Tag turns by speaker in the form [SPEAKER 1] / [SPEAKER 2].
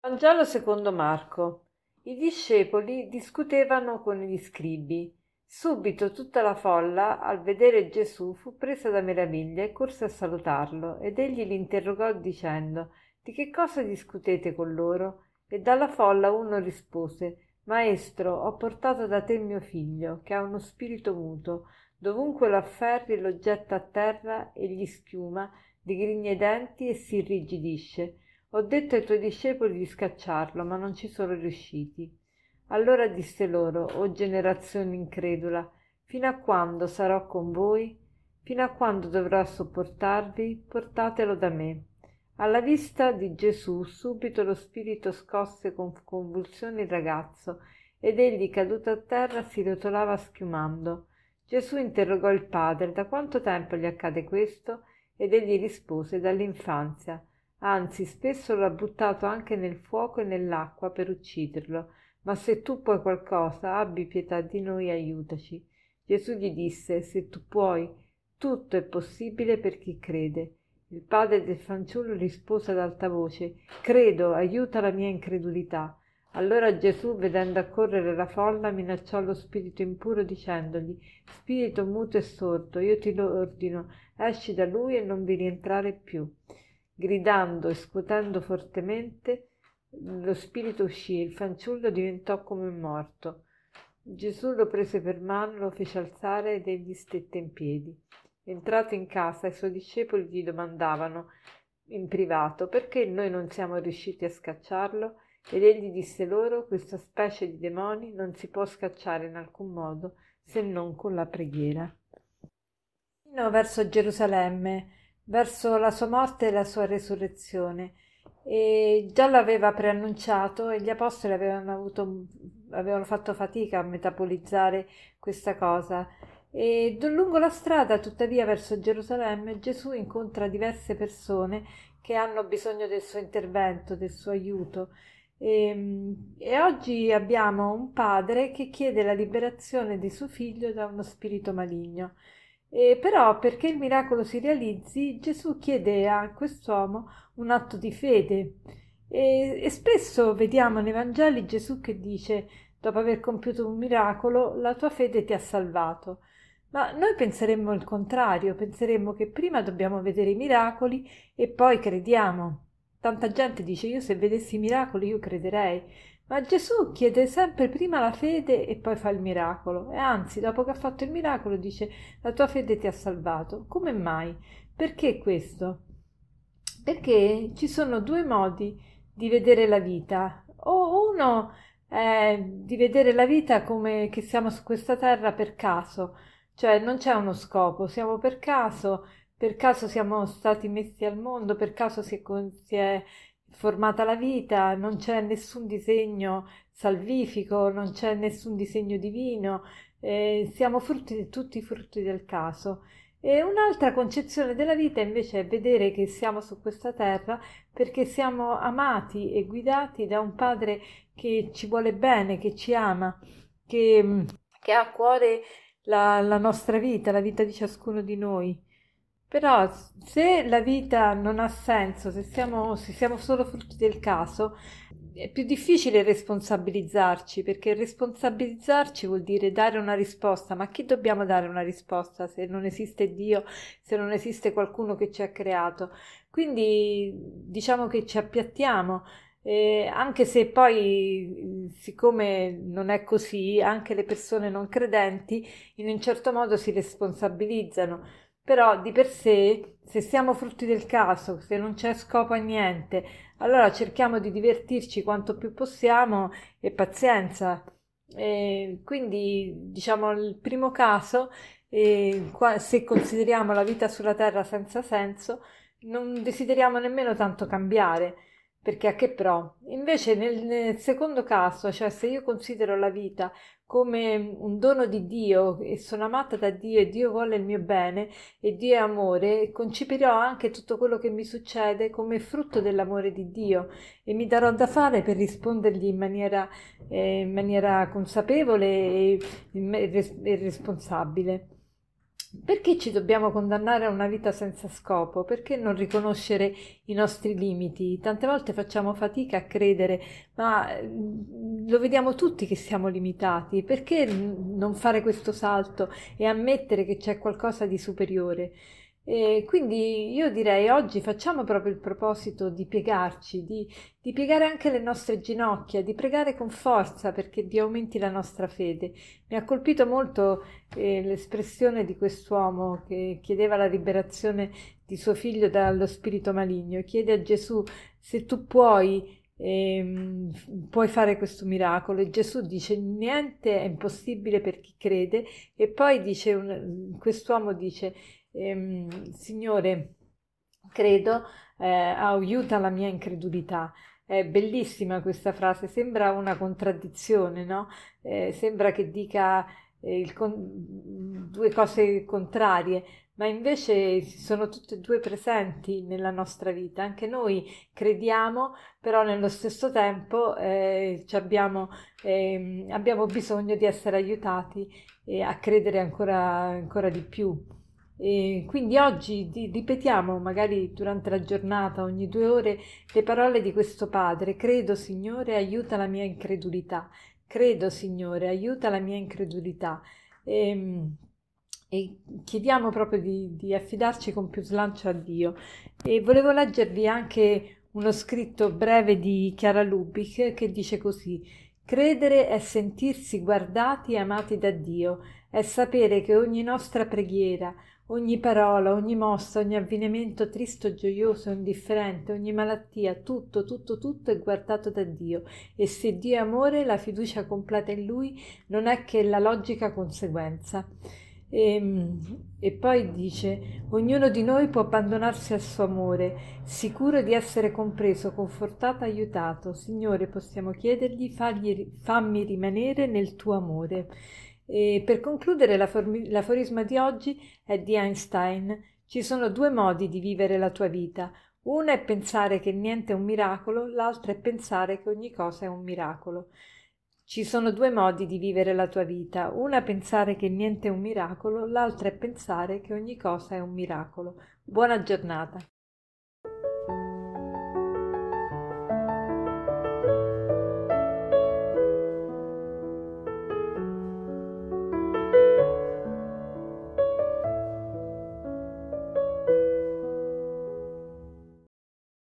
[SPEAKER 1] Vangelo secondo Marco. I discepoli discutevano con gli scribi. Subito tutta la folla, al vedere Gesù, fu presa da meraviglia e corse a salutarlo, ed egli li interrogò dicendo: Di che cosa discutete con loro? E dalla folla uno rispose: Maestro, ho portato da te mio figlio, che ha uno spirito muto. Dovunque lo afferri lo getta a terra e gli schiuma, digrigna i denti e si irrigidisce. Ho detto ai tuoi discepoli di scacciarlo, ma non ci sono riusciti. Allora disse loro: O generazione incredula, fino a quando sarò con voi? Fino a quando dovrò sopportarvi? Portatelo da me. Alla vista di Gesù subito lo spirito scosse con convulsioni il ragazzo, ed egli caduto a terra si rotolava schiumando. Gesù interrogò il padre: Da quanto tempo gli accade questo? Ed egli rispose: Dall'infanzia. Anzi, spesso lo ha buttato anche nel fuoco e nell'acqua per ucciderlo. Ma se tu puoi qualcosa, abbi pietà di noi e aiutaci. Gesù gli disse: Se tu puoi, tutto è possibile per chi crede. Il padre del fanciullo rispose ad alta voce: Credo, aiuta la mia incredulità. Allora Gesù, vedendo accorrere la folla, minacciò lo spirito impuro dicendogli: Spirito muto e sordo, io ti ordino, esci da lui e non vi rientrare più. Gridando e scuotendo fortemente, lo spirito uscì e il fanciullo diventò come morto. Gesù lo prese per mano, lo fece alzare ed egli stette in piedi. Entrato in casa, i suoi discepoli gli domandavano in privato: Perché noi non siamo riusciti a scacciarlo? Ed egli disse loro: Questa specie di demoni non si può scacciare in alcun modo se non con la preghiera. Verso Gerusalemme, verso la sua morte e la sua resurrezione. E già l'aveva preannunciato e gli apostoli avevano fatto fatica a metabolizzare questa cosa. E lungo la strada, tuttavia, verso Gerusalemme, Gesù incontra diverse persone che hanno bisogno del suo intervento, del suo aiuto. E oggi abbiamo un padre che chiede la liberazione di suo figlio da uno spirito maligno. Però perché il miracolo si realizzi, Gesù chiede a quest'uomo un atto di fede. E spesso vediamo nei Vangeli Gesù che dice, dopo aver compiuto un miracolo, la tua fede ti ha salvato. Ma noi penseremmo il contrario, penseremmo che prima dobbiamo vedere i miracoli e poi crediamo. Tanta gente dice: Io se vedessi i miracoli io crederei. Ma Gesù chiede sempre prima la fede e poi fa il miracolo. E anzi, dopo che ha fatto il miracolo, dice: La tua fede ti ha salvato. Come mai? Perché questo? Perché ci sono due modi di vedere la vita. O uno è di vedere la vita come che siamo su questa terra per caso, cioè non c'è uno scopo, siamo per caso siamo stati messi al mondo, per caso si è formata la vita, non c'è nessun disegno salvifico, non c'è nessun disegno divino, siamo tutti frutti del caso. E un'altra concezione della vita invece è vedere che siamo su questa terra perché siamo amati e guidati da un padre che ci vuole bene, che ci ama, che, che ha a cuore la nostra vita, la vita di ciascuno di noi. Però se la vita non ha senso, se siamo solo frutti del caso, è più difficile responsabilizzarci, perché responsabilizzarci vuol dire dare una risposta, ma a chi dobbiamo dare una risposta se non esiste Dio, se non esiste qualcuno che ci ha creato? Quindi diciamo che ci appiattiamo, anche se poi, siccome non è così, anche le persone non credenti in un certo modo si responsabilizzano. Però di per sé, se siamo frutti del caso, se non c'è scopo a niente, allora cerchiamo di divertirci quanto più possiamo e pazienza. Quindi, diciamo, il primo caso, se consideriamo la vita sulla Terra senza senso, non desideriamo nemmeno tanto cambiare, perché a che pro? Invece nel secondo caso, cioè se io considero la vita come un dono di Dio e sono amata da Dio e Dio vuole il mio bene e Dio è amore, concepirò anche tutto quello che mi succede come frutto dell'amore di Dio e mi darò da fare per rispondergli in maniera consapevole e responsabile. Perché ci dobbiamo condannare a una vita senza scopo? Perché non riconoscere i nostri limiti? Tante volte facciamo fatica a credere, ma lo vediamo tutti che siamo limitati. Perché non fare questo salto e ammettere che c'è qualcosa di superiore? E quindi io direi oggi facciamo proprio il proposito di piegarci, di piegare anche le nostre ginocchia, di pregare con forza perché Dio aumenti la nostra fede. Mi ha colpito molto l'espressione di quest'uomo che chiedeva la liberazione di suo figlio dallo spirito maligno. Chiede a Gesù se tu puoi fare questo miracolo, e Gesù dice niente è impossibile per chi crede, e poi quest'uomo dice Signore, credo, aiuta la mia incredulità. È bellissima questa frase, sembra una contraddizione, no? Sembra che dica due cose contrarie, ma invece sono tutte e due presenti nella nostra vita. Anche noi crediamo, però nello stesso tempo abbiamo bisogno di essere aiutati a credere ancora di più. E quindi oggi ripetiamo, magari durante la giornata, ogni 2 ore, le parole di questo Padre. Credo, Signore, aiuta la mia incredulità. Credo, Signore, aiuta la mia incredulità. E chiediamo proprio di affidarci con più slancio a Dio. E volevo leggervi anche uno scritto breve di Chiara Lubick che dice così: credere è sentirsi guardati e amati da Dio, è sapere che ogni nostra preghiera, ogni parola, ogni mossa, ogni avvenimento triste o gioioso o indifferente, ogni malattia, tutto, tutto, tutto è guardato da Dio, e se Dio è amore, la fiducia completa in Lui non è che la logica conseguenza. E poi dice: ognuno di noi può abbandonarsi al suo amore, sicuro di essere compreso, confortato, aiutato. Signore, possiamo chiedergli: fammi rimanere nel tuo amore. E per concludere, l'aforisma di oggi è di Einstein: ci sono 2 modi di vivere la tua vita. Uno è pensare che niente è un miracolo, l'altro è pensare che ogni cosa è un miracolo. Ci sono 2 modi di vivere la tua vita. Uno è pensare che niente è un miracolo, l'altro è pensare che ogni cosa è un miracolo. Buona giornata.